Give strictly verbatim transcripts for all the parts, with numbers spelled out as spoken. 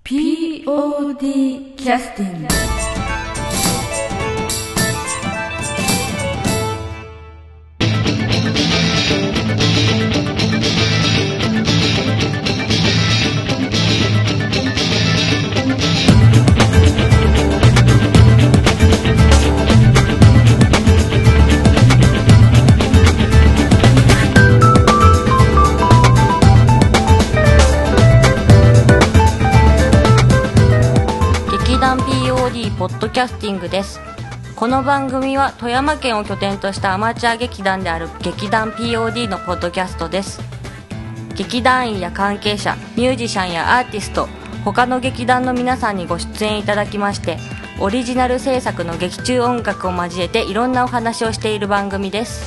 ピーオーディー キャスティング。 ポッドキャスティングです。この番組は富山県を拠点としたアマチュア劇団である劇団 ピーオーディー のポッドキャストです。劇団員や関係者、ミュージシャンやアーティスト、他の劇団の皆さんにご出演いただきまして、オリジナル制作の劇中音楽を交えていろんなお話をしている番組です。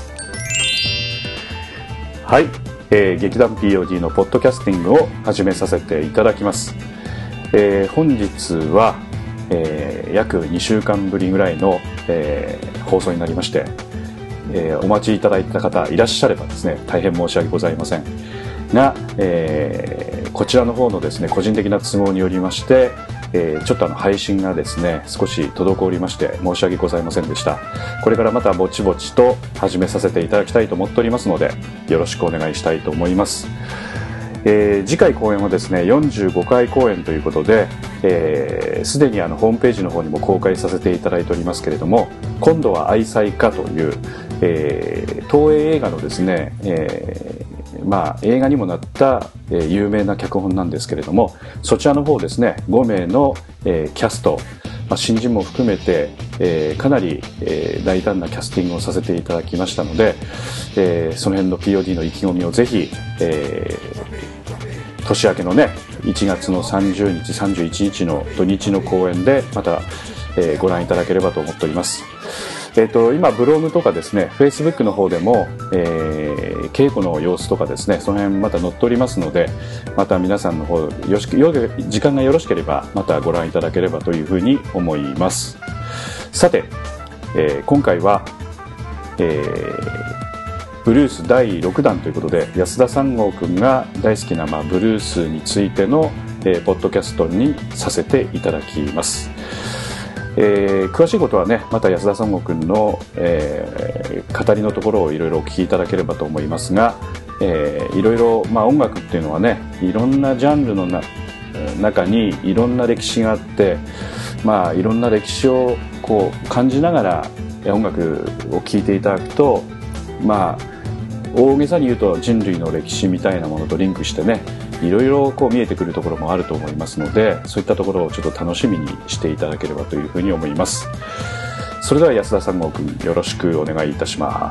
はい、えー、劇団 ピーオーディー のポッドキャスティングを始めさせていただきます。えー、本日はえー、約にしゅうかんぶりぐらいの、えー、放送になりまして、えー、お待ちいただいた方いらっしゃればですね、大変申し訳ございませんが、えー、こちらの方のですね、個人的な都合によりまして、えー、ちょっとあの配信がですね少し滞りまして申し訳ございませんでした。これからまたぼちぼちと始めさせていただきたいと思っておりますので、よろしくお願いしたいと思います。えー、次回公演はですねよんじゅうごかい公演ということで、すで、えー、にあのホームページの方にも公開させていただいておりますけれども、今度は愛妻家という、えー、東映映画のですね、えーまあ、映画にもなった、えー、有名な脚本なんですけれども、そちらの方ですねごめいの、えー、キャスト、まあ、新人も含めて、えー、かなり、えー、大胆なキャスティングをさせていただきましたので、えー、その辺の ピーオーディー の意気込みをぜひ、えー、年明けのねいちがつのさんじゅうにちさんじゅういちにちの土日の公演でまた、えー、ご覧いただければと思っております。えー、と今ブログとかですね Facebook の方でも、えー、稽古の様子とかですね、その辺また載っておりますので、また皆さんの方よろしくよ時間がよろしければまたご覧いただければというふうに思います。さて、えー、今回は、えーブルースだいろくだんということで、安田三郷くんが大好きな、まあ、ブルースについての、えー、ポッドキャストにさせていただきます。えー、詳しいことはねまた安田三郷くんの、えー、語りのところをいろいろお聞きいただければと思いますが、えー、いろいろ、まあ、音楽っていうのはねいろんなジャンルのな中にいろんな歴史があって、まあ、いろんな歴史をこう感じながら音楽を聴いていただくと、まあ大げさに言うと人類の歴史みたいなものとリンクしてね、いろいろこう見えてくるところもあると思いますので、そういったところをちょっと楽しみにしていただければというふうに思います。それでは安田三郷くんよろしくお願いいたします。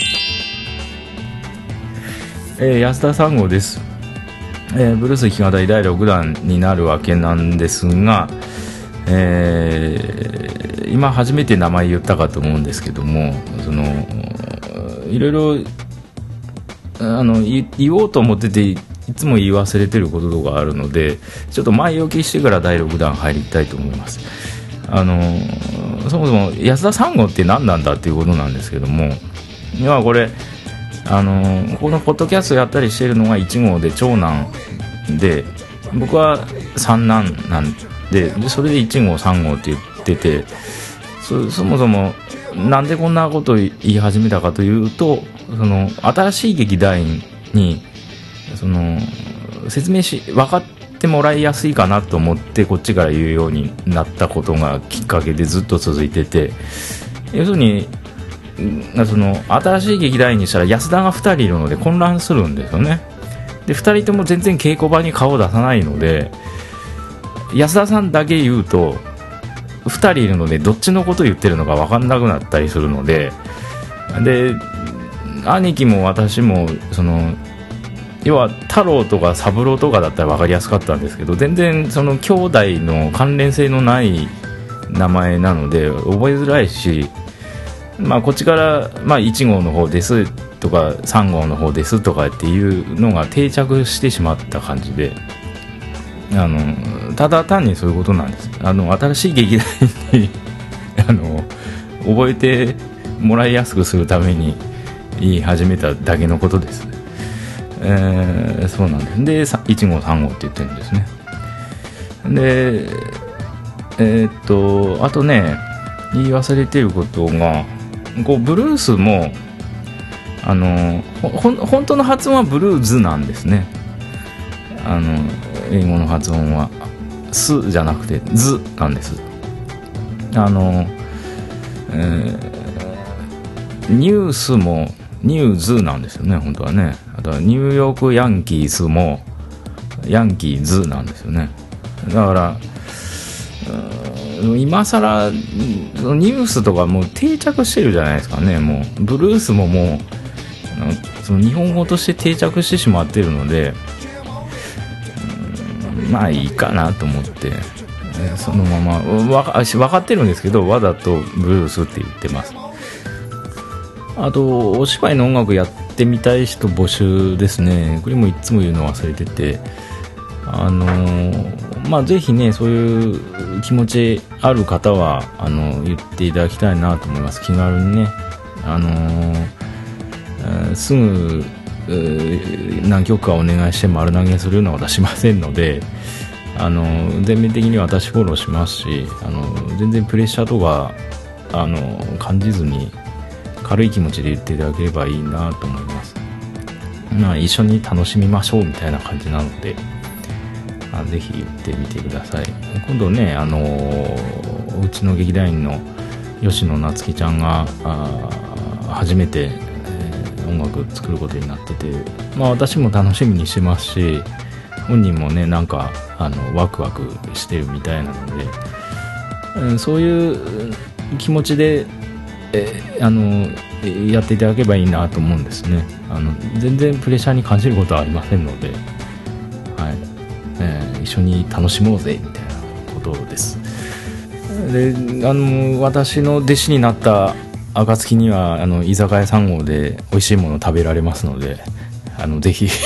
えー、安田三郷です。えー、ブルース弾き語りだいろくだんになるわけなんですが、えー、今初めて名前言ったかと思うんですけども、そのいろいろあの言おうと思ってていつも言い忘れてることとかあるので、ちょっと前置きしてからだいろくだん入りたいと思います。あのそもそも安田三郷って何なんだっていうことなんですけども、今これあのこのポッドキャストやったりしているのがいちごうで長男で、僕は三男なんで、でそれでいちごうさんごうって言ってて、 そ, そもそもなんでこんなことを言い始めたかというと、その新しい劇団員にその説明し分かってもらいやすいかなと思ってこっちから言うようになったことがきっかけでずっと続いてて、要するにその新しい劇団員にしたら安田がふたりいるので混乱するんですよね。でふたりとも全然稽古場に顔を出さないので、安田さんだけ言うとふたりいるのでどっちのこと言ってるのか分かんなくなったりするので、で兄貴も私もその要は太郎とか三郎とかだったら分かりやすかったんですけど、全然その兄弟の関連性のない名前なので覚えづらいし、まあ、こっちから、まあ、いちごうの方ですとかさんごうの方ですとかっていうのが定着してしまった感じで、あのただ単にそういうことなんです。あの新しい劇団にあの覚えてもらいやすくするために言い始めただけのことです。えー、そうなんです。でいちごうさんごうって言ってるんですね。 でえー、っとあとね言い忘れてることが、こうブルースもあのほ本当の発音はブルーズなんですね。あの英語の発音はスじゃなくてズなんです。あの、えー、ニュースもニューズなんですよね、本当はね。あとはニューヨークヤンキースもヤンキーズなんですよね。だから今更ニュースとかもう定着してるじゃないですかね。もうブルースももうその日本語として定着してしまってるので、まあいいかなと思ってそのままわか、分かってるんですけど、わざとブルースって言ってます。あとお芝居の音楽やってみたい人募集ですね。これもいつも言うの忘れてて、あのー、まあぜひね、そういう気持ちある方はあの言っていただきたいなと思います。気軽にね、あのーえー、すぐ、えー、何曲かお願いして丸投げするようなことはしませんので、あのー、全面的に私フォローしますし、あのー、全然プレッシャーとかあのー、感じずに軽い気持ちで言っていただければいいなと思います。まあ一緒に楽しみましょうみたいな感じなので、あぜひ言ってみてください。今度ね、あのー、うちの劇団員の吉野夏樹ちゃんがあ初めて、えー、音楽作ることになってて、まあ私も楽しみにしてますし、本人もねなんかあのワクワクしてるみたいなので、うん、そういう気持ちで、えー、あのやっていただければいいなと思うんですね。あの全然プレッシャーに感じることはありませんので、はい、えー、一緒に楽しもうぜみたいなことです。で、あの私の弟子になった暁にはあの居酒屋さん号で美味しいもの食べられますので、あのぜひ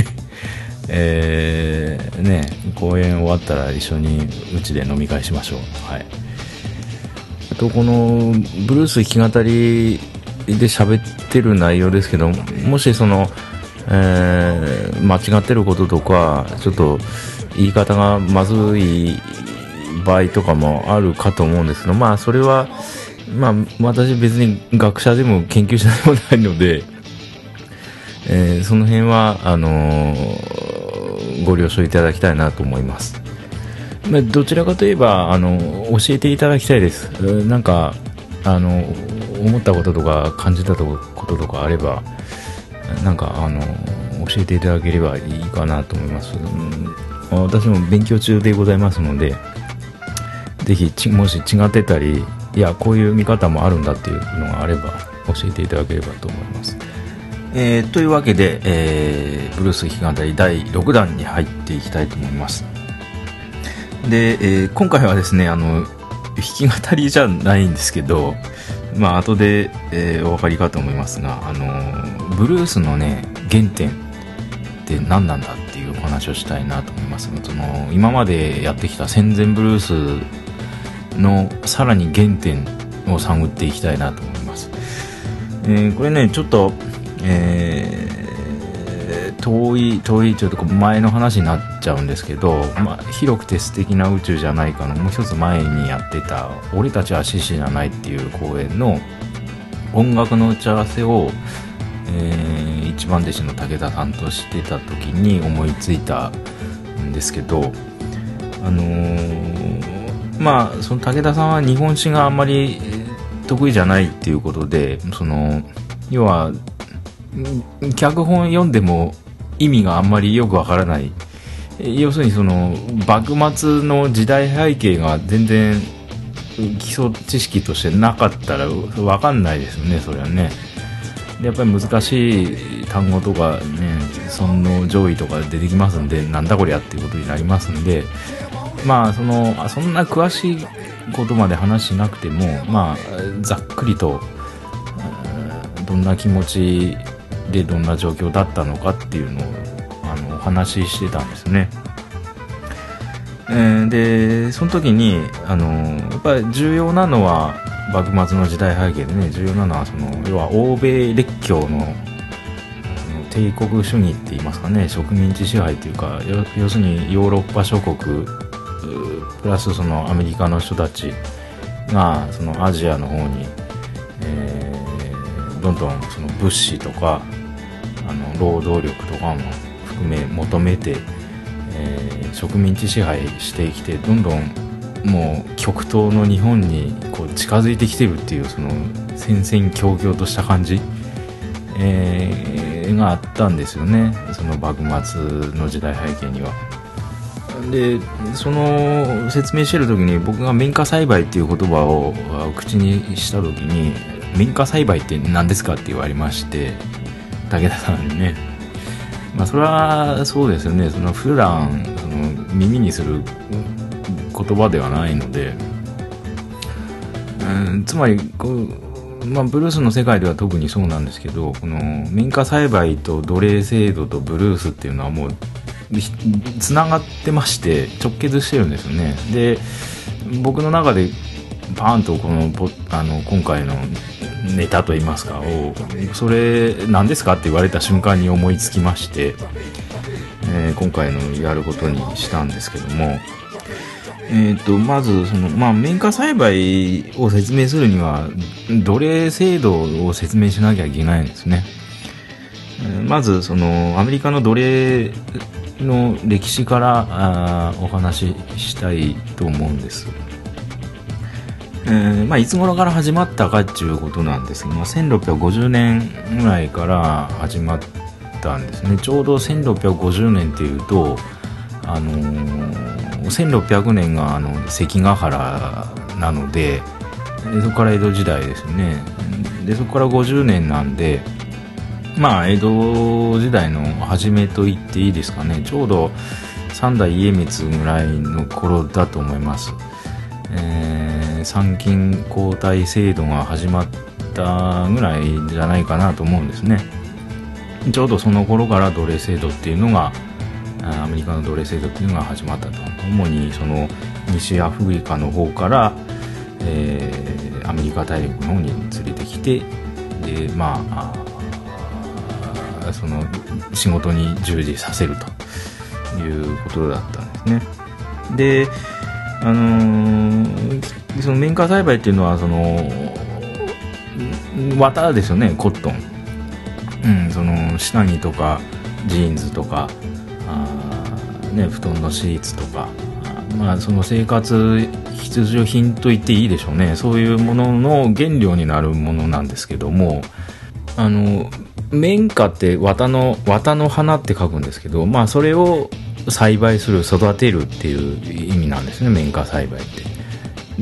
えー、ね公演終わったら一緒にうちで飲み会しましょう。はい。あとこのブルース弾き語りで喋ってる内容ですけど、もしその、えー、間違ってることとかちょっと言い方がまずい場合とかもあるかと思うんですけど、まあそれはまあ私別に学者でも研究者でもないので、えー、その辺はあのー、ご了承いただきたいなと思います。まあ、どちらかといえばあの教えていただきたいです。なんかあの思ったこととか感じたこととかあれば、なんかあの教えていただければいいかなと思います。うん、私も勉強中でございますので、ぜひちもし違ってたり、いやこういう見方もあるんだっていうのがあれば教えていただければと思います。えー、というわけで、えー、ブルース弾き語りだいろくだんに入っていきたいと思います。で、えー、今回はですね、あの弾き語りじゃないんですけど、まあ後で、えー、お分かりかと思いますが、あのブルースのね原点って何なんだっていうお話をしたいなと思います。その今までやってきた戦前ブルースのさらに原点を探っていきたいなと思います。えー、これねちょっと、えー、遠い遠いちょっと前の話になっちゃうんですけど、まあ、広くて素敵な宇宙じゃないかのもう一つ前にやってた俺たちは獅子じゃないっていう公演の音楽の打ち合わせを、えー、一番弟子の武田さんとしてた時に思いついたんですけど、あのー、まあその武田さんは日本史があんまり得意じゃないっていうことで、その要は脚本読んでも意味があんまりよくわからない、要するにその幕末の時代背景が全然基礎知識としてなかったらわかんないですよね、それはね。でやっぱり難しい単語とかね、その上位とか出てきますんで、なんだこりゃっていうことになりますんで、まあそのそんな詳しいことまで話しなくても、まあざっくりとどんな気持ちでどんな状況だったのかっていうのをあのお話ししてたんですね。えー、でその時にあのやっぱり重要なのは幕末の時代背景でね、重要なのはその要は欧米列強の、 その帝国主義って言いますかね、植民地支配というか、要するにヨーロッパ諸国プラスそのアメリカの人たちがそのアジアの方に、えー、どんどんその物資とかあの労働力とかも含め求めて、えー、植民地支配してきてどんどんもう極東の日本にこう近づいてきてるっていうその戦々恐々とした感じ、えー、があったんですよね、その幕末の時代背景には。でその説明してる時に僕が綿花栽培っていう言葉を口にした時に綿花栽培って何ですかって言われまして、武田さんにね、まあそれはそうですよね、その普段その耳にする言葉ではないので、うん、つまりこう、まあ、ブルースの世界では特にそうなんですけど、この綿花栽培と奴隷制度とブルースっていうのはもうつながってまして直結してるんですよね。で僕の中でパーンとこのあの今回のネタといいますかをそれ何ですかって言われた瞬間に思いつきまして、えー、今回のやることにしたんですけども、えー、とまずその、まあ、綿花栽培を説明するには奴隷制度を説明しなきゃいけないんですね。えー、まずそのアメリカの奴隷の歴史からあお話ししたいと思うんです。えーまあ、いつ頃から始まったかっていうことなんですが、まあ、せんろっぴゃくごじゅうねんぐらいから始まったんですね。ちょうどせんろっぴゃくごじゅうねんっていうと、あのー、せんろっぴゃくねんがあの関ヶ原なので、そこから江戸時代ですよね。でそこからごじゅうねんなんで、まあ江戸時代の初めと言っていいですかね。ちょうど三代家光ぐらいの頃だと思います。えー、参勤交代制度が始まったぐらいじゃないかなと思うんですね。ちょうどその頃から奴隷制度っていうのがアメリカの奴隷制度っていうのが始まったと。主にその西アフリカの方から、えー、アメリカ大陸の方に連れてきて、でまあその仕事に従事させるということだったんですね。で、あのー、その綿花栽培っていうのはその綿ですよね、コットン、うん、その下着とかジーンズとかあ、ね、布団のシーツとか、まあ、その生活必需品と言っていいでしょうね。そういうものの原料になるものなんですけども、あの綿花って綿の綿の花って書くんですけど、まあそれを栽培する、育てるっていう意味なんですね、綿花栽培って。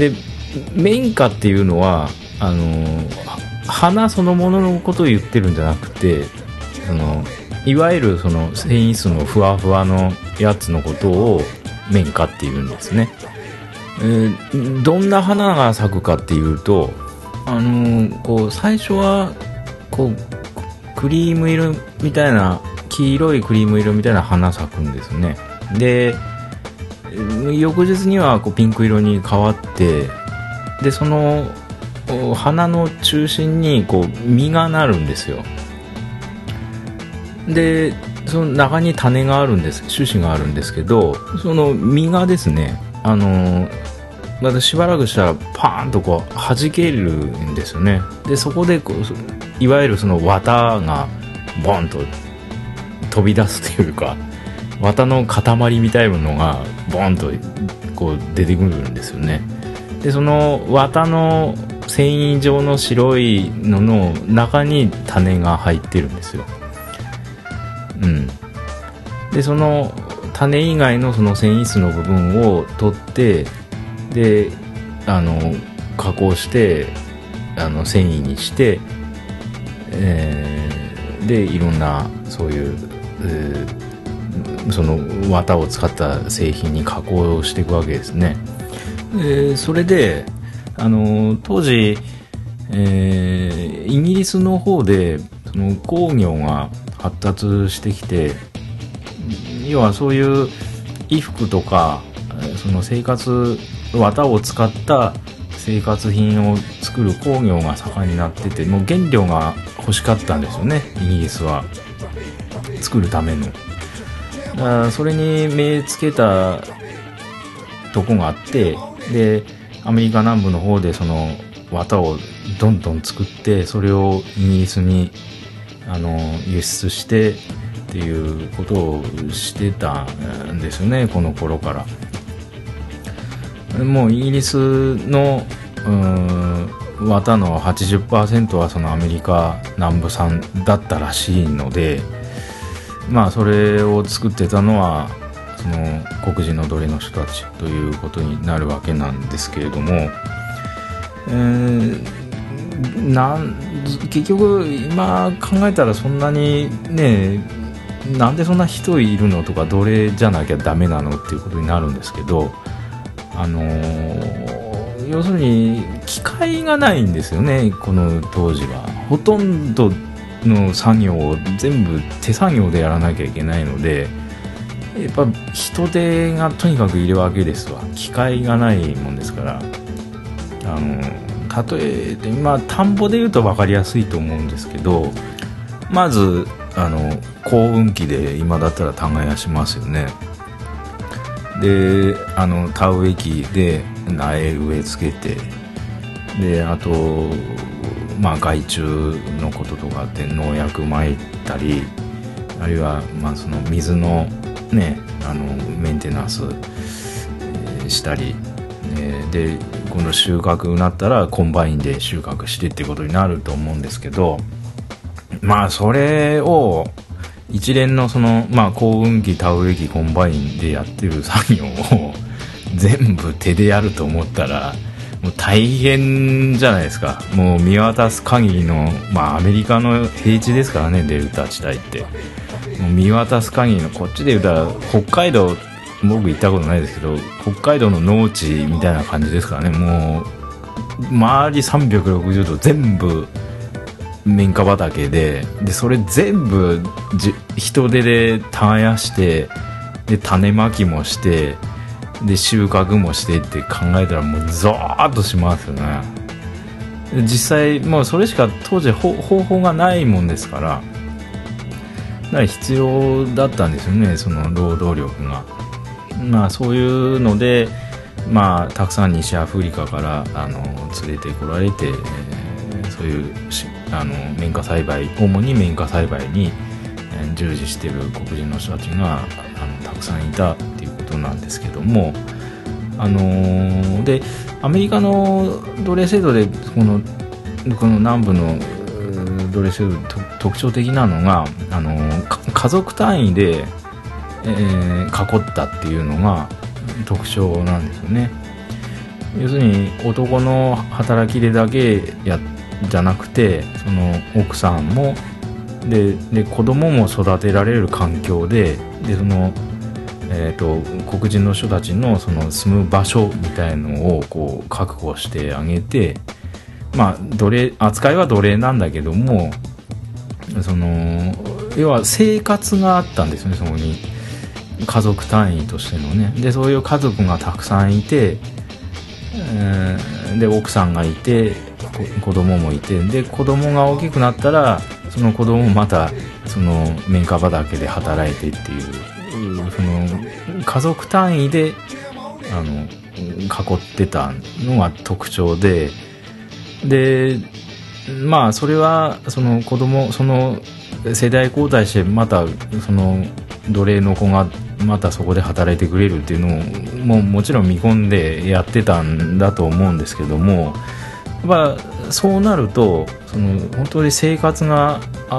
で綿花っていうのはあの花そのもののことを言ってるんじゃなくて、そのいわゆるその繊維質のふわふわのやつのことを綿花っていうんですね。えー、どんな花が咲くかっていうと、あのこう最初はこうクリーム色みたいな、黄色いクリーム色みたいな花咲くんですね。で翌日にはこうピンク色に変わって、でその花の中心にこう実がなるんですよ。でその中に種があるんです、種子があるんですけど、その実がですね、あのまたしばらくしたらパーンとこう弾けるんですよね。でそこでこういわゆるその綿がボンと飛び出すというか、綿の塊みたいなのがボンとこう出てくるんですよね。でその綿の繊維状の白いのの中に種が入ってるんですよ。うん。でその種以外のその繊維質の部分を取って、であの加工してあの繊維にして、えー、でいろんなそういう、えー、その綿を使った製品に加工していくわけですね。でそれであの当時、えー、イギリスの方でその工業が発達してきて、要はそういう衣服とかその生活綿を使った生活品を作る工業が盛んになってて、もう原料が欲しかったんですよね、イギリスは作るための。だからそれに目つけたとこがあって、でアメリカ南部の方でその綿をどんどん作って、それをイギリスにあの輸出してっていうことをしてたんですよね、この頃から。もうイギリスのうーん綿の はちじゅっパーセント はそのアメリカ南部産だったらしいので、まあそれを作ってたのはその黒人の奴隷の人たちということになるわけなんですけれども、えー、なん結局今考えたらそんなにね、なんでそんな人いるのとか奴隷じゃなきゃダメなのっていうことになるんですけど、あのー要するに機械がないんですよね、この当時は。ほとんどの作業を全部手作業でやらなきゃいけないので、やっぱ人手がとにかくいるわけですわ。機械がないもんですから。あの例えて、まあ田んぼで言うと分かりやすいと思うんですけど、まずあの耕運機で今だったら耕しますよね。であの田植え機で苗植え付けて、であと、まあ、害虫のこととかあって農薬撒いたり、あるいは、まあ、その水のねあのメンテナンス、えー、したり、えー、で今度収穫になったらコンバインで収穫してっていうことになると思うんですけど、まあそれを一連のその、まあ、耕運機田植え機コンバインでやってる作業を全部手でやると思ったらもう大変じゃないですか。もう見渡す限りの、まあアメリカの平地ですからね、デルタ地帯って。もう見渡す限りの、こっちで言ったら北海道、僕行ったことないですけど、北海道の農地みたいな感じですからね。もう周りさんびゃくろくじゅうど全部綿花畑で、でそれ全部じ人手で耕して、で種まきもして、で収穫もしてって考えたらもうゾーッとしますよね。実際もうそれしか当時方法がないもんですから、だから必要だったんですよね、その労働力が。まあそういうので、まあたくさん西アフリカからあの連れてこられて、えー、そういうあの綿花栽培、主に綿花栽培に従事している黒人の人たちがあのたくさんいたっていうことなんですけども、あのー、でアメリカの奴隷制度でこのこの南部の奴隷制度と特徴的なのが、あのー、家族単位で、えー、囲ったっていうのが特徴なんですよね。要するに男の働き手だけやじゃなくて、その奥さんもでで子供も育てられる環境で、でその、えーと、黒人の人たちのその住む場所みたいのをこう確保してあげて、まあ奴隷扱いは奴隷なんだけども、その要は生活があったんですよね、そこに家族単位としてのね。でそういう家族がたくさんいて、えー、で奥さんがいて子供もいて、で子供が大きくなったらその子供もまたその綿花畑で働いてっていう、その家族単位であの囲ってたのが特徴で、でまあそれはその子供その世代交代してまたその奴隷の子がまたそこで働いてくれるっていうのも も, もちろん見込んでやってたんだと思うんですけども、やっぱそうなるとその本当に生活があって、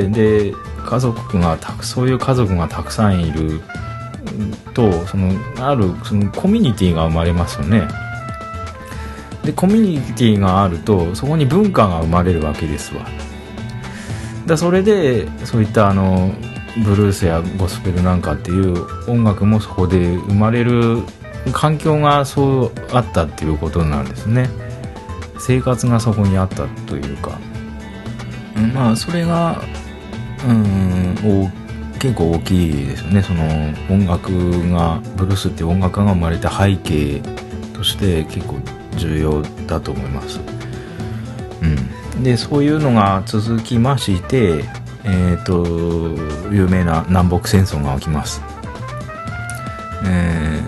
で家族がたくそういう家族がたくさんいると、そのあるそのコミュニティが生まれますよね。でコミュニティがあるとそこに文化が生まれるわけですわ。だそれでそういったあのブルースやゴスペルなんかっていう音楽もそこで生まれる環境がそうあったっていうことなんですね。生活がそこにあったというか、まあそれがうん結構大きいですよね。その音楽がブルースっていう音楽が生まれた背景として結構重要だと思います。うん、でそういうのが続きまして、えーと有名な南北戦争が起きます。え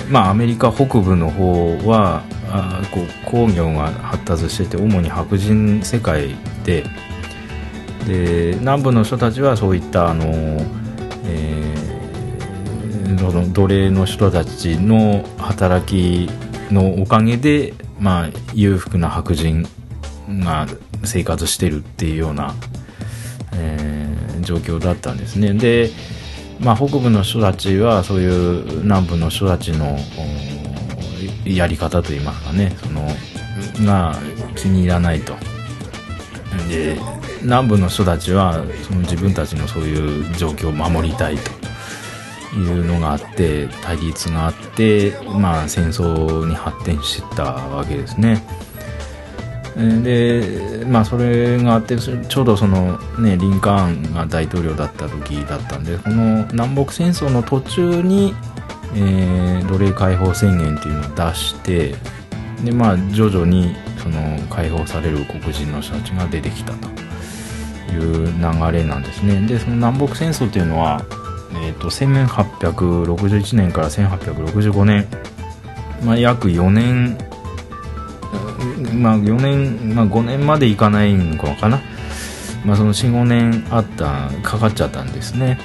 まあ、アメリカ北部の方はあこう工業が発達してて主に白人世界で、で南部の人たちはそういったあの、えー、奴隷の人たちの働きのおかげで、まあ、裕福な白人が生活してるっていうような、えー、状況だったんですね。で、まあ、北部の人たちはそういう南部の人たちのやり方といいますかね、そのが気に入らないと。で南部の人たちはその自分たちのそういう状況を守りたいというのがあって対立があって、まあ、戦争に発展していったわけですね。で、まあ、それがあってちょうどその、ね、リンカーンが大統領だった時だったんで、この南北戦争の途中に、えー、奴隷解放宣言っていうのを出して、で、まあ、徐々にその解放される黒人の人たちが出てきたという流れなんですね。でその南北戦争っていうのは、えー、とせんはっぴゃくろくじゅういちねんからせんはっぴゃくろくじゅうごねん、まあ、約よねん、まあ、よねん、まあ、ごねんまでいかないのかな、まあ、その よん、ごねんあったかかっちゃったんですね。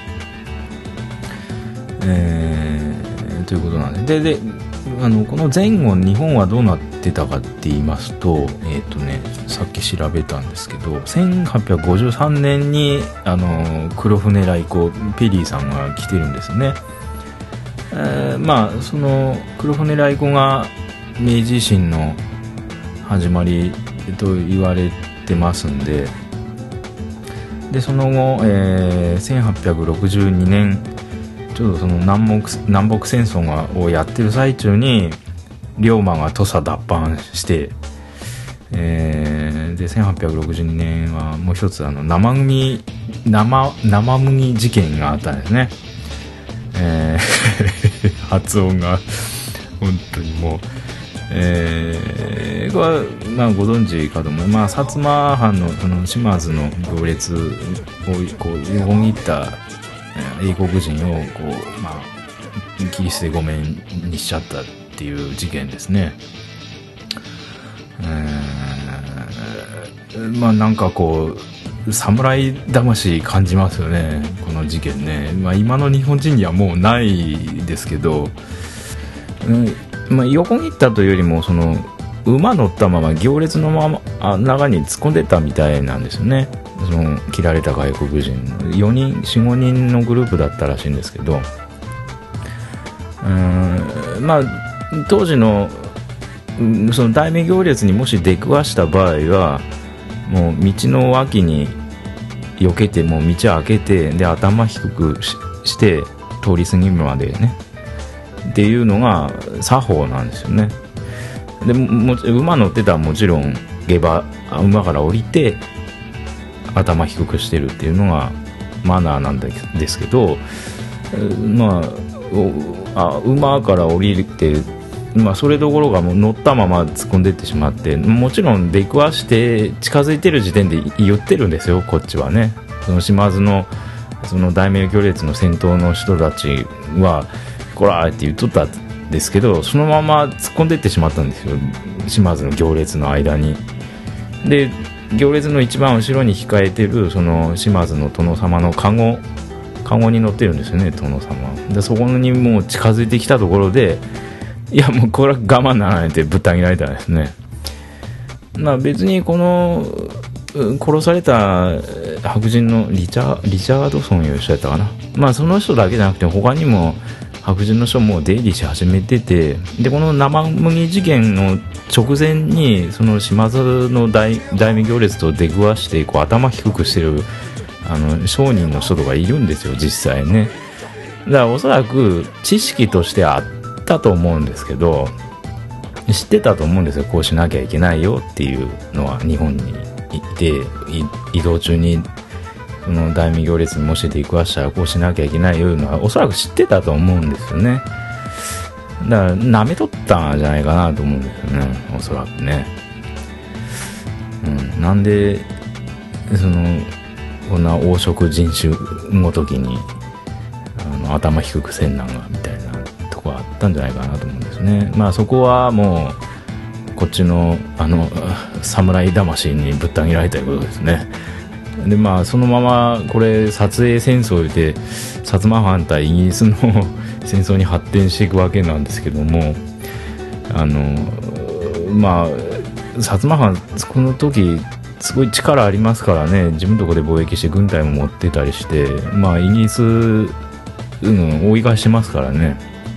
えー、ということなんで、で、であのこの前後日本はどうなってたかって言いますと、えっとね、さっき調べたんですけど、せんはっぴゃくごじゅうさんねんにあの黒船来航ペリーさんが来てるんですね。えー、まあその黒船来航が明治維新の始まりと言われてますんで、でその後、えー、せんはっぴゃくろくじゅうにねんちょうどその南北、南北戦争がをやってる最中に龍馬が土佐脱藩して、えー、でせんはっぴゃくろくじゅうにねんはもう一つあの生麦 生, 生麦事件があったんですね。えー、発音が本当にもう、えー、これは、まあ、ご存知かと思います。まあ、薩摩藩のその島津の行列をこう横切った英国人をこう、まあ、切り捨てごめんにしちゃったっていう事件ですね。えー、まあなんかこう侍魂感じますよね、この事件ね。まあ、今の日本人にはもうないですけど、うんまあ、横切ったというよりもその馬乗ったまま行列のまま中に突っ込んでったみたいなんですよね。その切られた外国人よにん よん、ごにんのグループだったらしいんですけど、うーんまあ当時のその大名行列にもし出くわした場合はもう道の脇に避けてもう道を開けてで頭低く し, して通り過ぎるまでねっていうのが作法なんですよね。でも馬乗ってたらもちろん下馬馬から降りて頭低くしてるっていうのがマナーなんですけど、まあ、あ馬から降りて、まあ、それどころかもう乗ったまま突っ込んでいってしまって、もちろん出くわして近づいてる時点で言ってるんですよ、こっちはね。その島津のその大名行列の先頭の人たちはこらーって言っとったんですけど、そのまま突っ込んでいってしまったんですよ、島津の行列の間に。で行列の一番後ろに控えてるその島津の殿様のカゴカゴに乗ってるんですよね、殿様で。そこにもう近づいてきたところで、いやもうこれは我慢ならないってぶった切られたんですね。まあ別にこの殺された白人のリチャリチャードソンいう人やったかな、まあその人だけじゃなくて他にも白人の人も出入りし始めてて、でこの生麦事件の直前にその島津の 大, 大名行列と出くわしてこう頭低くしてるあの商人の人とかいるんですよ、実際ね。だからおそらく知識としてあったと思うんですけど、知ってたと思うんですよ、こうしなきゃいけないよっていうのは。日本にいて移動中にその大名行列にもし出くわしたらこうしなきゃいけないよいうのはおそらく知ってたと思うんですよね。だから舐めとったんじゃないかなと思うんですよね、おそらくね。うん、なんでそのこんな黄色人種ごときにあの頭低くせんなんがみたいなとこあっったんじゃないかなと思うんですね。まあそこはもうこっちのあの侍魂にぶった切られたいうことですね。でまあそのままこれ撮影戦争で薩摩藩対イギリスの戦争に発展していくわけなんですけども、あのまあ薩摩藩この時すごい力ありますからね、自分のとこで貿易して軍隊も持ってたりして、まあイギリス、うん、追い返してますからね。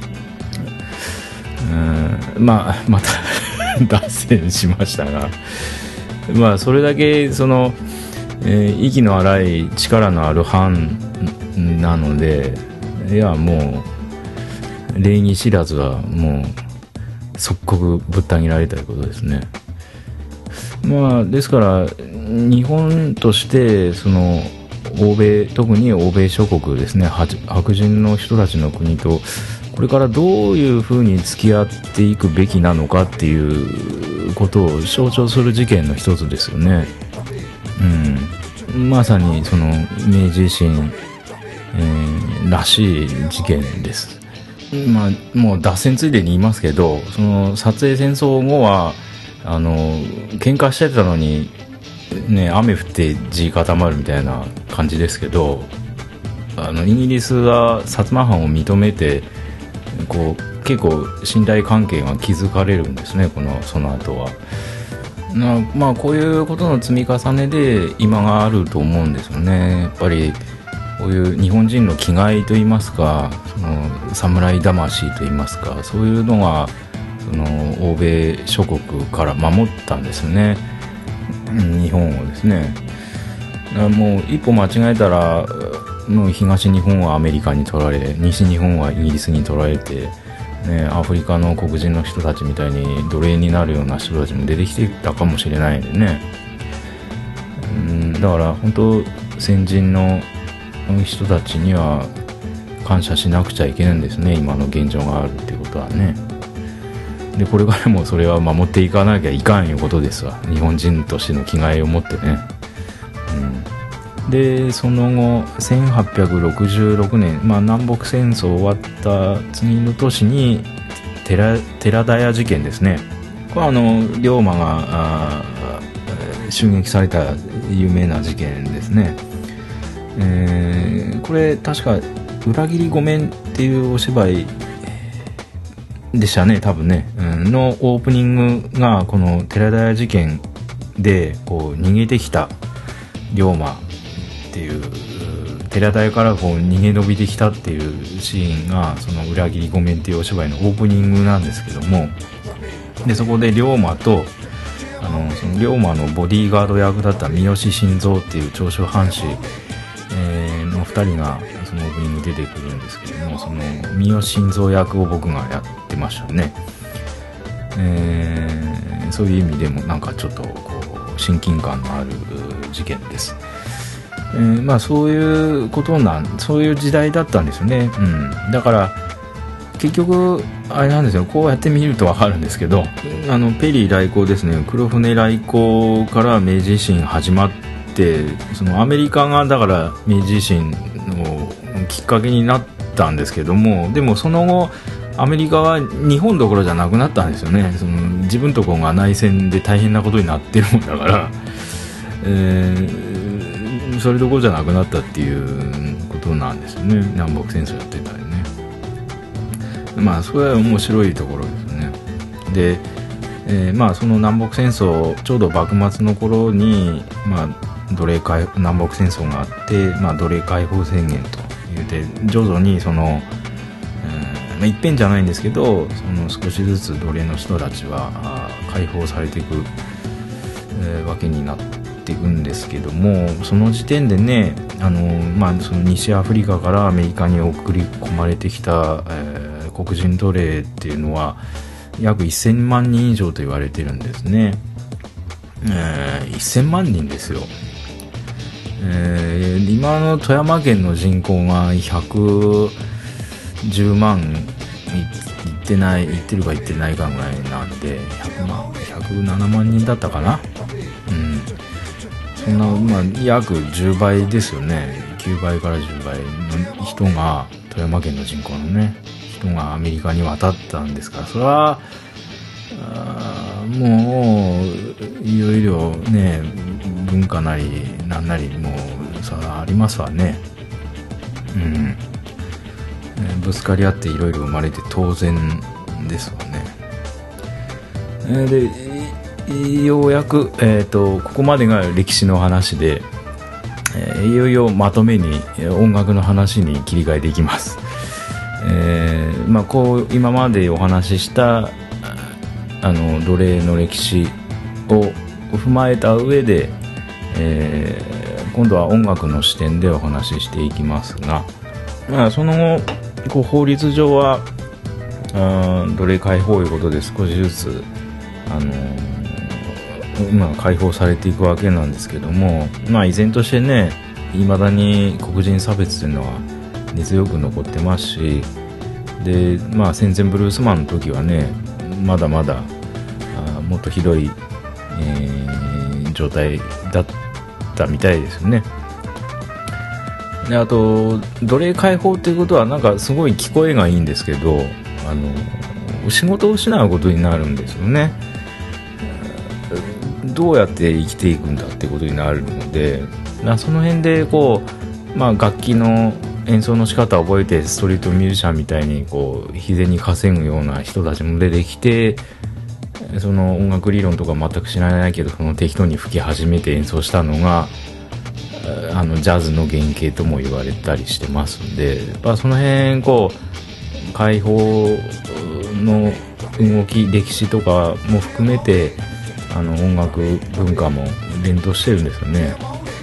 うん、まあまた脱線しましたが、まあそれだけその、えー、息の荒い力のある藩なので、いやもう礼儀知らずはもう即刻ぶった切られたということですね。まあですから日本としてその欧米、特に欧米諸国ですね、白人の人たちの国とこれからどういうふうに付き合っていくべきなのかっていうことを象徴する事件の一つですよね。うん、まさにその明治維新、えー、らしい事件です。まあもう脱線ついでに言いますけど、その撮影戦争後はあの喧嘩してたのにね、雨降って地固まるみたいな感じですけど、あのイギリスは薩摩藩を認めてこう結構信頼関係が築かれるんですね、このその後は。なまあこういうことの積み重ねで今があると思うんですよね。やっぱりこういう日本人の気概といいますか、その侍魂といいますか、そういうのがその欧米諸国から守ったんですよね、日本をですね。だからもう一歩間違えたらもう東日本はアメリカに取られ、西日本はイギリスに取られて、ね、アフリカの黒人の人たちみたいに奴隷になるような人たちも出てきてたかもしれないんでね。うんだから本当先人の人たちには感謝しなくちゃいけないんですね、今の現状があるっていうことはね。でこれからもそれは守っていかなきゃいかんいうことですわ、日本人としての気概を持ってね。うん、でその後せんはっぴゃくろくじゅうろくねん、まあ、南北戦争終わった次の年に寺、寺田屋事件ですね。これはあの龍馬が襲撃された有名な事件ですね。えー、これ確か裏切りごめんっていうお芝居でしたね、多分ね、うん、のオープニングがこの寺田屋事件でこう逃げてきた龍馬っていう、寺田屋からこう逃げ延びてきたっていうシーンがその裏切りごめんっていうお芝居のオープニングなんですけども、でそこで龍馬とあのその龍馬のボディーガード役だった三好晋三っていう長州藩士、えー、のふたりがそのオープニング出てくるんですけども、その三好晋三役を僕がやってましたね。えー、そういう意味でもなんかちょっとこう親近感のある事件です。えー、まあそういうことなんそういう時代だったんですよね。うん、だから結局あれなんですよ、こうやって見ると分かるんですけど、あのペリー来航ですね、黒船来航から明治維新始まって、そのアメリカがだから明治維新のきっかけになったんですけども、でもその後アメリカは日本どころじゃなくなったんですよね。その自分とこが内戦で大変なことになってるもんだから、えー、それどころじゃなくなったっていうことなんですよね、南北戦争やってたりね。まあそれは面白いところですね。で、えー、まあその南北戦争ちょうど幕末の頃に、まあ奴隷解南北戦争があって、まあ、奴隷解放宣言というて徐々にその、えーまあ、いっぺんじゃないんですけど、その少しずつ奴隷の人たちは解放されていく、えー、わけになっていくんですけども、その時点でね、あの、まあ、その西アフリカからアメリカに送り込まれてきた、えー、黒人奴隷っていうのは約せんまんにん以上と言われてるんですね。えー、せんまんにんですよ。えー、今の富山県の人口がひゃくじゅうまん い, いってないいってるかいってないかぐらいなんで、ひゃくまんひゃくななまんにんだったかな。うん、そんな、まあ、約じゅうばいですよね。きゅうばいからじゅうばいの人が富山県の人口のね人がアメリカに渡ったんですから、それはあもういろいろね文化なりなんなりもうそれはありますわね。うんぶつかり合っていろいろ生まれて当然ですわね。でようやく、えーと、ここまでが歴史の話で、えー、いよいよまとめに音楽の話に切り替えていきます。えーまあ、こう今までお話ししたあの奴隷の歴史を踏まえた上で、えー、今度は音楽の視点でお話ししていきますが、まあ、その後こう法律上はあ奴隷解放ということで少しずつ、あのーまあ、解放されていくわけなんですけども、まあ、依然としてねいまだに黒人差別というのは根強く残ってますし、で、まあ、戦前ブルースマンの時はねまだまだあもっとひどい、えー、状態だったみたいですよね。であと奴隷解放っていうことはなんかすごい聞こえがいいんですけど、あの仕事を失うことになるんですよね。どうやって生きていくんだってことになるので、その辺でこう、まあ、楽器の演奏の仕方を覚えてストリートミュージシャンみたいにこう日銭稼ぐような人たちも出てきて、その音楽理論とか全く知らないけどその適当に吹き始めて演奏したのがあのジャズの原型とも言われたりしてますんで、やっぱその辺こう解放の動き歴史とかも含めてあの音楽文化も連動してるんですよね。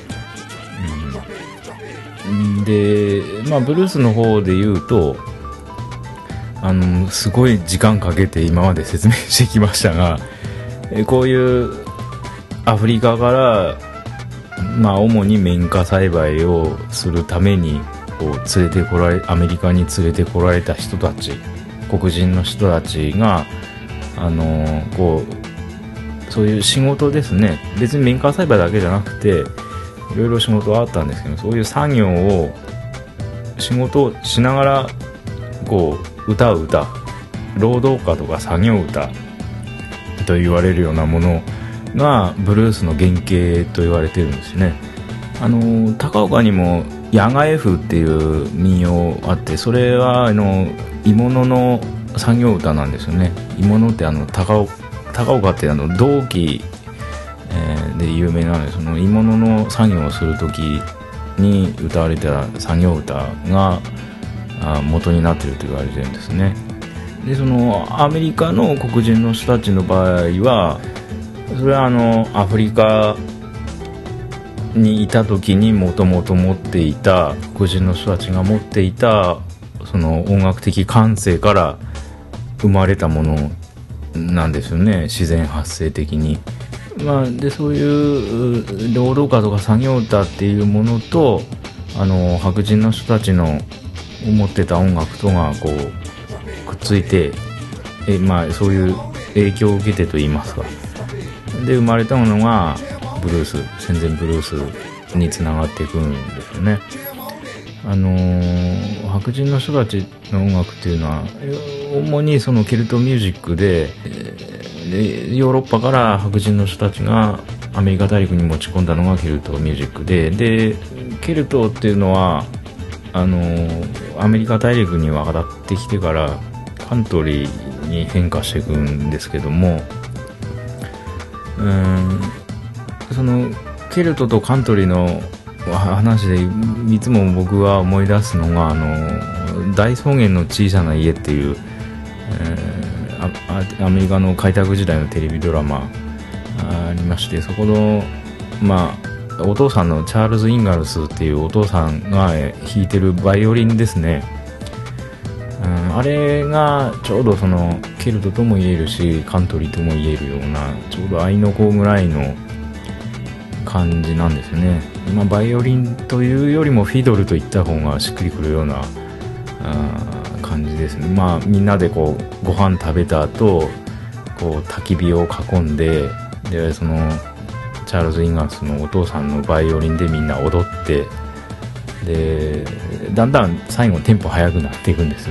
うん、で、まあ、ブルースの方で言うとあのすごい時間かけて今まで説明してきましたが、こういうアフリカからまあ、主に綿花栽培をするためにこう連れてこられアメリカに連れてこられた人たち、黒人の人たちがあのこうそういう仕事ですね、別に綿花栽培だけじゃなくていろいろ仕事はあったんですけど、そういう作業を仕事をしながらこう歌う歌、労働歌とか作業歌と言われるようなものがブルースの原型と言われてるんですね。あの高岡にも野外風っていう民謡あって、それはあの鋳物の作業歌なんですよね。鋳物ってあの 高, 高岡ってあの銅器、えー、で有名なので、その鋳物の作業をするときに歌われた作業歌が元になっていると言われてるんですね。でそのアメリカの黒人の人たちの場合はそれはあのアフリカにいた時にもともと持っていた黒人の人たちが持っていたその音楽的感性から生まれたものなんですよね、自然発生的に。まあ、でそういう労働歌とか作業歌っていうものとあの白人の人たちの持ってた音楽とがこうくっついて、え、まあ、そういう影響を受けてと言いますかで生まれたものがブルース、戦前ブルースにつながっていくんですよね。あのー、白人の人たちの音楽っていうのは主にそのケルトミュージックで、でヨーロッパから白人の人たちがアメリカ大陸に持ち込んだのがケルトミュージックで、でケルトっていうのはあのー、アメリカ大陸に渡ってきてからカントリーに変化していくんですけども、うーんそのケルトとカントリーの話でいつも僕は思い出すのがあの大草原の小さな家っていう、えー、アメリカの開拓時代のテレビドラマありまして、そこのまあお父さんのチャールズ・インガルスっていうお父さんが弾いてるバイオリンですね、うん、あれがちょうどそのケルトとも言えるしカントリーとも言えるようなちょうど合いの子ぐらいの感じなんですよね。まあ、バイオリンというよりもフィドルといった方がしっくりくるようなあ感じですね。まあみんなでこうご飯食べた後こう焚き火を囲んで、でそのチャールズ・インガースのお父さんのバイオリンでみんな踊って、でだんだん最後テンポ速くなっていくんですよね。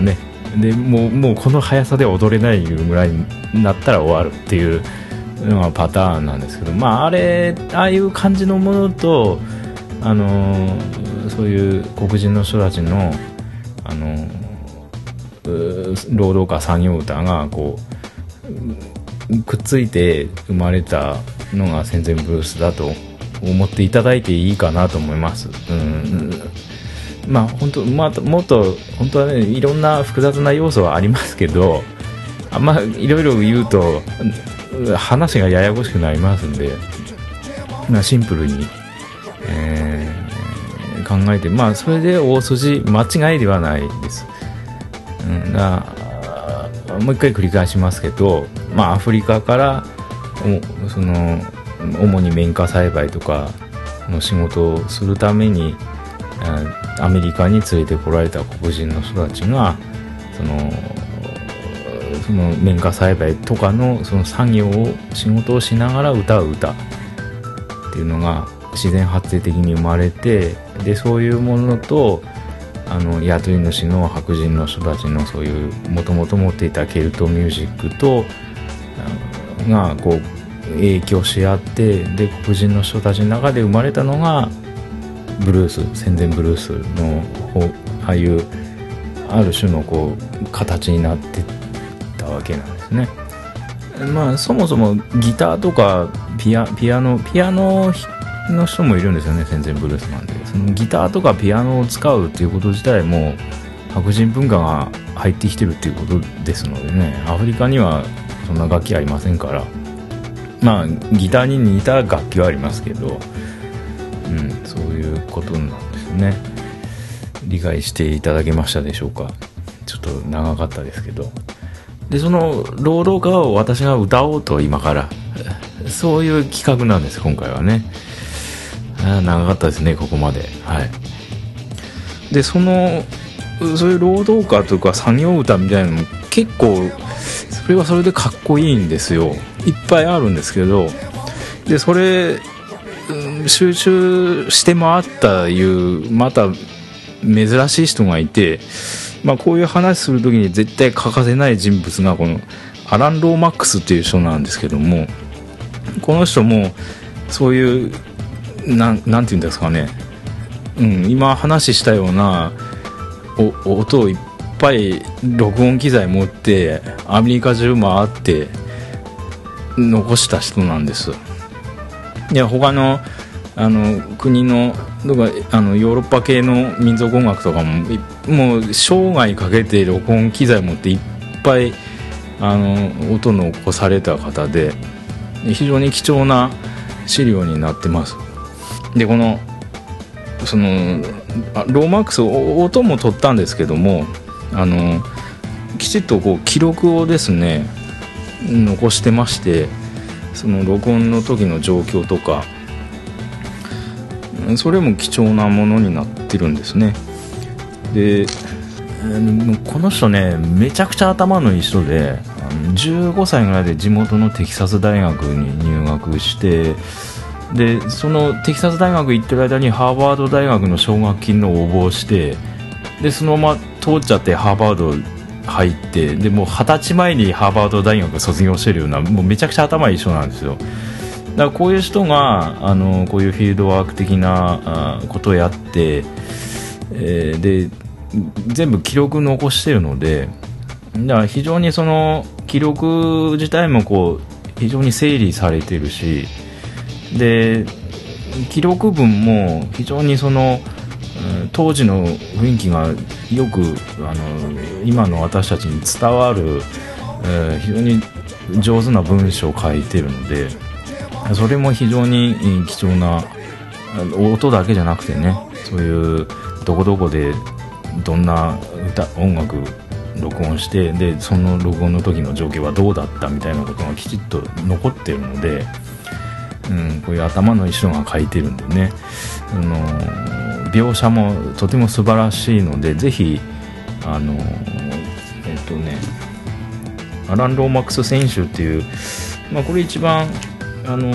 でもう、もうこの速さで踊れないぐらいになったら終わるっていうのがパターンなんですけど、まああれああいう感じのものと、あのー、そういう黒人の人たちの、あのー、労働家産業歌がこうくっついて生まれたのが戦前ブルースだと思っていただいていいかなと思います。うん、まあ本当、まあ、もっと本当はね、いろんな複雑な要素はありますけど、あんまいろいろ言うと話がややこしくなりますんで、まあ、シンプルに、えー、考えて、まあそれで大筋間違いではないです。うん、だもう一回繰り返しますけど、まあアフリカからその主に綿花栽培とかの仕事をするためにアメリカに連れてこられた黒人の人たちがそのその綿花栽培とかのその作業を仕事をしながら歌う歌っていうのが自然発生的に生まれて、でそういうものとあの雇い主の白人の人たちのそういうもともと持っていたケルトミュージックとがこう影響し合って、で黒人の人たちの中で生まれたのがブルース、戦前ブルースのああいうある種のこう形になってたわけなんですね。まあそもそもギターとかピア、ピアノピアノの人もいるんですよね、戦前ブルースなんで。そのギターとかピアノを使うっていうこと自体も白人文化が入ってきてるっていうことですのでね、アフリカにはそんな楽器ありませんから、まあギターに似た楽器はありますけど、うん、そういうことなんですね。理解していただけましたでしょうか。ちょっと長かったですけど、でその労働歌を私が歌おうと今から、そういう企画なんです今回はね。あ長かったですねここまで。はい。でそのそういう労働歌とか作業歌みたいなのも結構それはそれでかっこいいんですよ。いっぱいあるんですけど、でそれ集中して回ったいうまた珍しい人がいて、まあ、こういう話するときに絶対欠かせない人物がこのアラン・ローマックスっていう人なんですけども、この人もそういうな ん, なんていうんですかね、うん、今話したようなお音をいっぱい録音機材持ってアメリカ中回って残した人なんです。で他のあの国のとかあのヨーロッパ系の民族音楽とかももう生涯かけて録音機材持っていっぱいあの音の残された方で、非常に貴重な資料になってます。でこのそのローマックス音も取ったんですけども、あのきちっとこう記録をですね残してまして、その録音の時の状況とかそれも貴重なものになってるんですね。でこの人ねめちゃくちゃ頭のいい人で、じゅうごさいぐらいで地元のテキサス大学に入学して、でそのテキサス大学行ってる間にハーバード大学の奨学金の応募をして、でそのまま通っちゃってハーバード入って、でもう二十歳前にハーバード大学卒業してるようなもうめちゃくちゃ頭いい人なんですよ。だからこういう人があのこういうフィールドワーク的なあことをやって、えー、で全部記録残してるので、だから非常にその記録自体もこう非常に整理されてるし、で記録文も非常にその当時の雰囲気がよくあの今の私たちに伝わる、えー、非常に上手な文章を書いてるので、それも非常に貴重な音だけじゃなくてね、そういうどこどこでどんな歌音楽録音して、でその録音の時の状況はどうだったみたいなことがきちっと残ってるので、うん、こういう頭のいい人が書いてるんでね、あの描写もとても素晴らしいので、ぜひあのえっとねアラン・ローマックス選手っていう、まあ、これ一番あの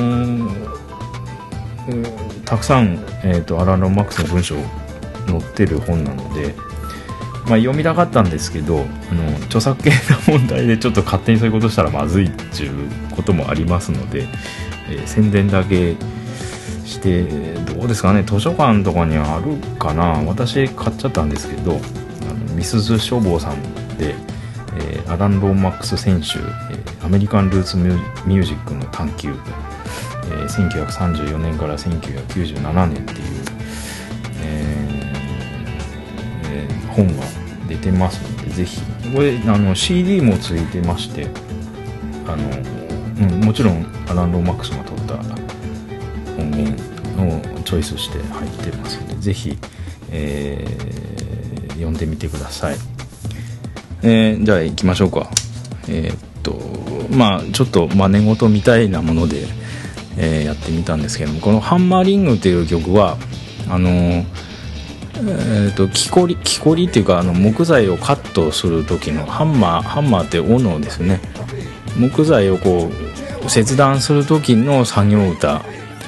たくさん、えーと、アラン・ローマックスの文章載ってる本なので、 まあ、読みたかったんですけど、あの著作権の問題でちょっと勝手にそういうことしたらまずいっていうこともありますので、えー、宣伝だけしてどうですかね、図書館とかにあるかな。私買っちゃったんですけど、あのみすゞ書房さんで、えー、アラン・ローマックス選手、えー、アメリカンルーツミュージックの探求、えー、せんきゅうひゃくさんじゅうよねんからせんきゅうひゃくきゅうじゅうななねんっていう、えーえー、本が出てますので、ぜひこれあの シーディー もついてまして、あの、うん、もちろんアラン・ローマックスが撮った音源をチョイスして入ってますので、ぜひ、えー、読んでみてください。えー、じゃあ行きましょうか。えー、っとまあちょっと真似事みたいなもので、えー、やってみたんですけども、このハンマーリングっていう曲はあのーえー、と木こり木こりっていうか、あの木材をカットする時のハンマーハンマーって斧ですね。木材をこう切断する時の作業歌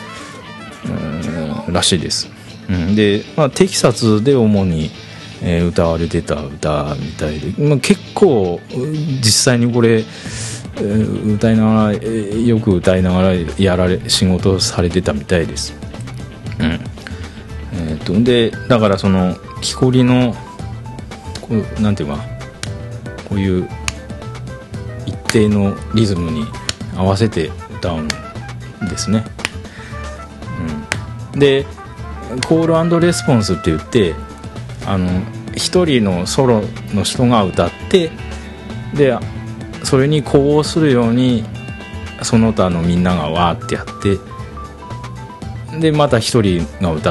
らしいです。うん、で、まあ、テキサスで主に、えー、歌われてた歌みたいで、まあ、結構実際にこれ、えー、歌いながら、えー、よく歌いながらやられ仕事されてたみたいです。うん。えー、とでだからその木こりのこうなんていうかこういう一定のリズムに合わせて歌うんですね。うん、でコール&レスポンスって言って、あの一人のソロの人が歌って、でそれに呼応するようにその他のみんながわーってやって、でまた一人が歌って、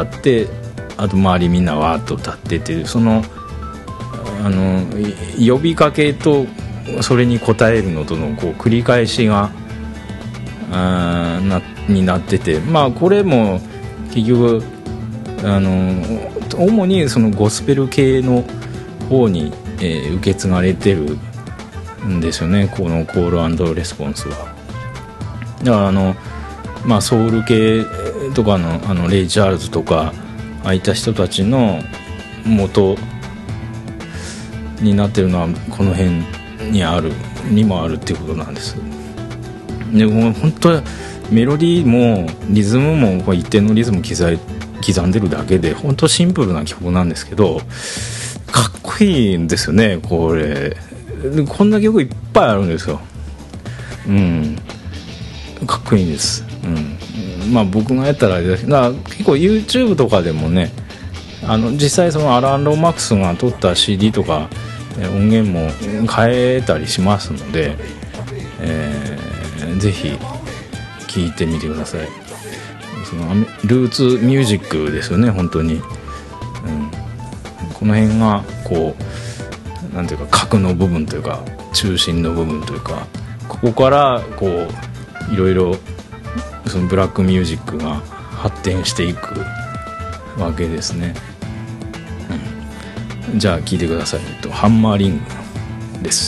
あと周りみんなわーっと歌ってっていう、そのあの呼びかけとそれに応えるのとのこう繰り返しがあなになってて、まあこれも結局あの主にそのゴスペル系の方に、えー、受け継がれてるんですよね、このコール&レスポンスは。だからあのまあ、ソウル系とか の, あのレイ・チャールズとかああいった人たちの元になってるのはこの辺にあるにもあるっていうことなんです。でも本当メロディーもリズムも一定のリズム刻んでるだけで本当シンプルな曲なんですけど、かっこいいんですよね。これこんな曲いっぱいあるんですよ。うん、かっこいいんです。うん、まあ僕がやったらあれだけど、結構 YouTube とかでもね、あの実際そのアラン・ローマックスが撮った シーディー とか音源も変えたりしますので、えー、ぜひ聴いてみてください。そのルーツミュージックですよね本当に。うん、この辺がこうなんていうか核の部分というか中心の部分というか、ここからこういろいろそのブラックミュージックが発展していくわけですね。うん、じゃあ聴いてください。えっと、ハンマーリングです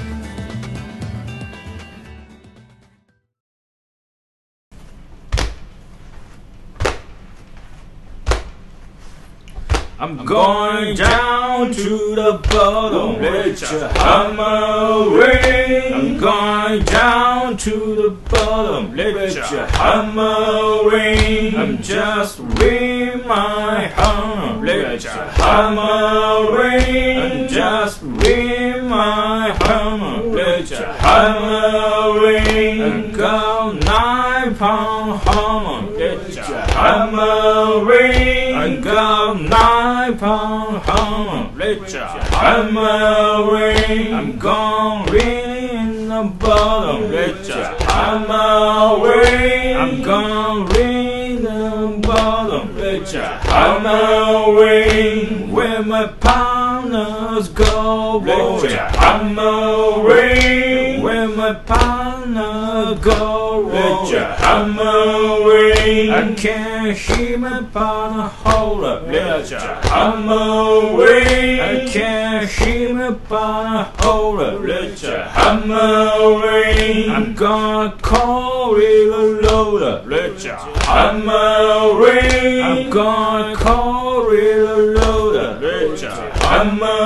。I'm going down to the bottom, let your hammer ring. I'm going down to the bottom, let your hammer ring. I'm just ring my hammer, let your hammer ring. I'm just ring my hammer, let your hammer ring. I got nine pound hammer, let your hammer ring. I got nine pound hammer, let your hammer ring. I'm gonna ring in the bottom, let your hammer ring. I'm gonna ring in the bottom, let your hammer ring. Where my partners go, let your hammer ring. Where my partners go, let your hammer ring. I can't hear my partner hold up, let your hammer ring. I can't hear my partner hold up, let your hammer ring. I'm gonna call it a loader, let your hammer ring. I'm gonna call it a loader, let your hammer ring.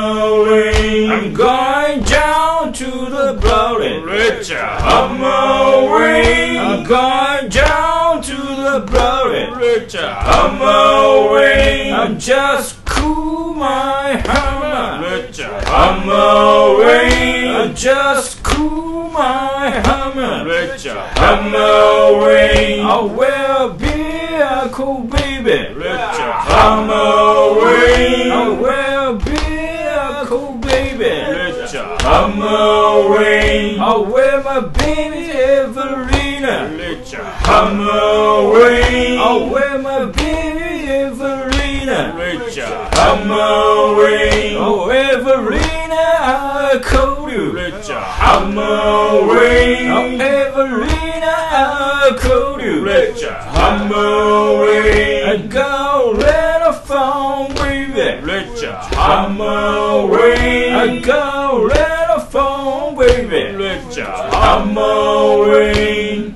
moving. I'm going down to the bowling. I'm moving. I'm going down to the bowling. I'm moving. I'm just cool my hammer. I'm moving. I'm just cool my hammer. I'm moving. I will be a cool baby. I'm moving. I will be a cool baby. I'm moving. I will my baby Evelina. I'm moving. I will my baby Evelina. I'm moving. Oh Evelina, I call you. I'm moving. Oh Evelina, I call you. I'm moving. I go let a phone baby. I'm moving. I go let a phone baby. I'm moving.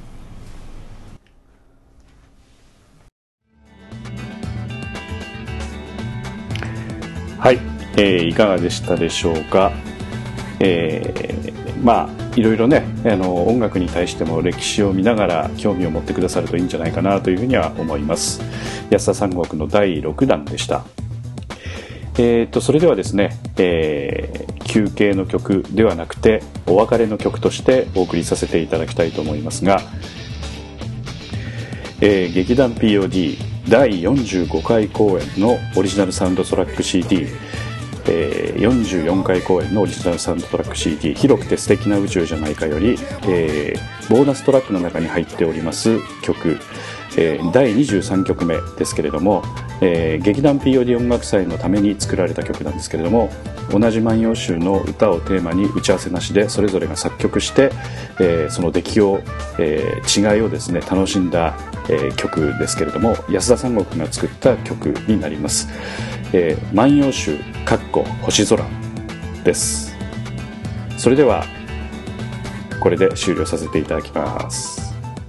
はい、えー、いかがでしたでしょうか。えー、まあいろいろね、あの音楽に対しても歴史を見ながら興味を持ってくださるといいんじゃないかなというふうには思います。安田三国のだいろくだんでした。えー、とそれではですね、えー、休憩の曲ではなくてお別れの曲としてお送りさせていただきたいと思いますが、えー、劇団 ピーオーディー だいよんじゅうごかい公演のオリジナルサウンドトラック シーディー、えー、よんじゅうよんかい公演のオリジナルサウンドトラック シーディー 広くて素敵な宇宙じゃないかより、えー、ボーナストラックの中に入っております曲、えー、だいにじゅうさんきょくめですけれども、えー、劇団 ピーオーディー 音楽祭のために作られた曲なんですけれども、同じ万葉集の歌をテーマに打ち合わせなしでそれぞれが作曲して、えー、その出来を、えー、違いをですね楽しんだ、えー、曲ですけれども、安田三国が作った曲になります。えー、万葉集かっこ星空です。それではこれで終了させていただきます。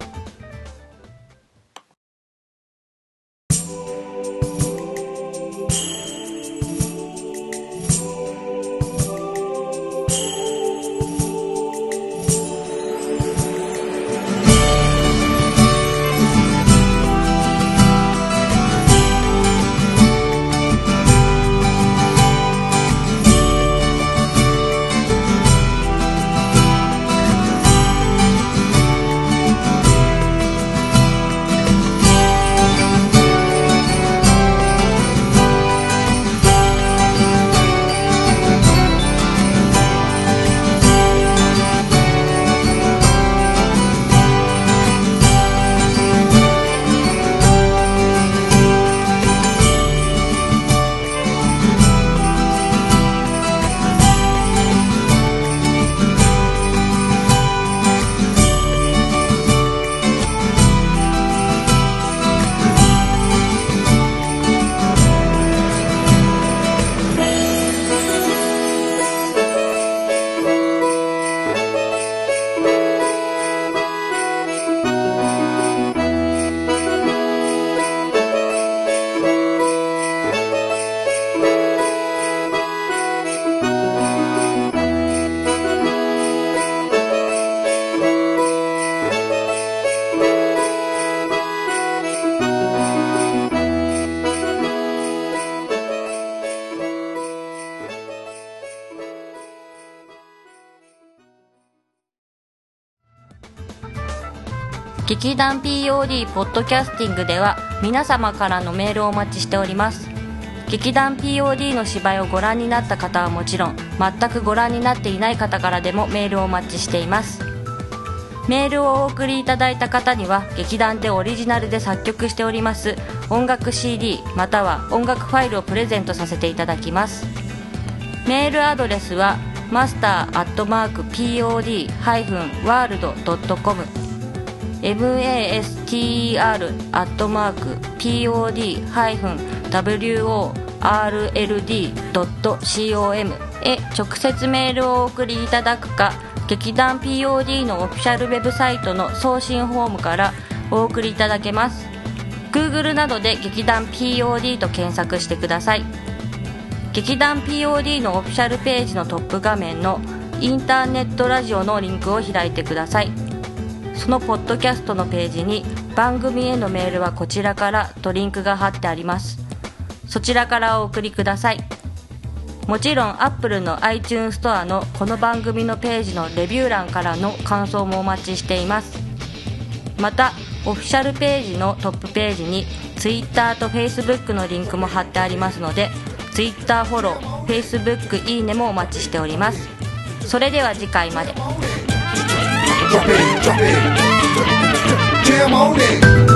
劇団 ピーオーディー ポッドキャスティングでは皆様からのメールをお待ちしております。劇団 ピーオーディー の芝居をご覧になった方はもちろん、全くご覧になっていない方からでもメールをお待ちしています。メールをお送りいただいた方には劇団でオリジナルで作曲しております音楽 シーディー または音楽ファイルをプレゼントさせていただきます。メールアドレスはマスターアットマーク ピーオーディー ハイフンワールドドットコム マスター アットマーク ピーオーディー ハイフン ワールド ドットコム へ直接メールをお送りいただくか、劇団 ピーオーディー のオフィシャルウェブサイトの送信フォームからお送りいただけます。 Google などで劇団 ピーオーディー と検索してください。 劇団 ピーオーディー のオフィシャルページのトップ画面のインターネットラジオのリンクを開いてください。そのポッドキャストのページに番組へのメールはこちらからとリンクが貼ってあります。そちらからお送りください。もちろん Apple の iTunes ストアのこの番組のページのレビュー欄からの感想もお待ちしています。またオフィシャルページのトップページに Twitter と Facebook のリンクも貼ってありますので Twitter フォロー、Facebook いいねもお待ちしております。それでは次回まで。Jump in, jump in. Jam on in.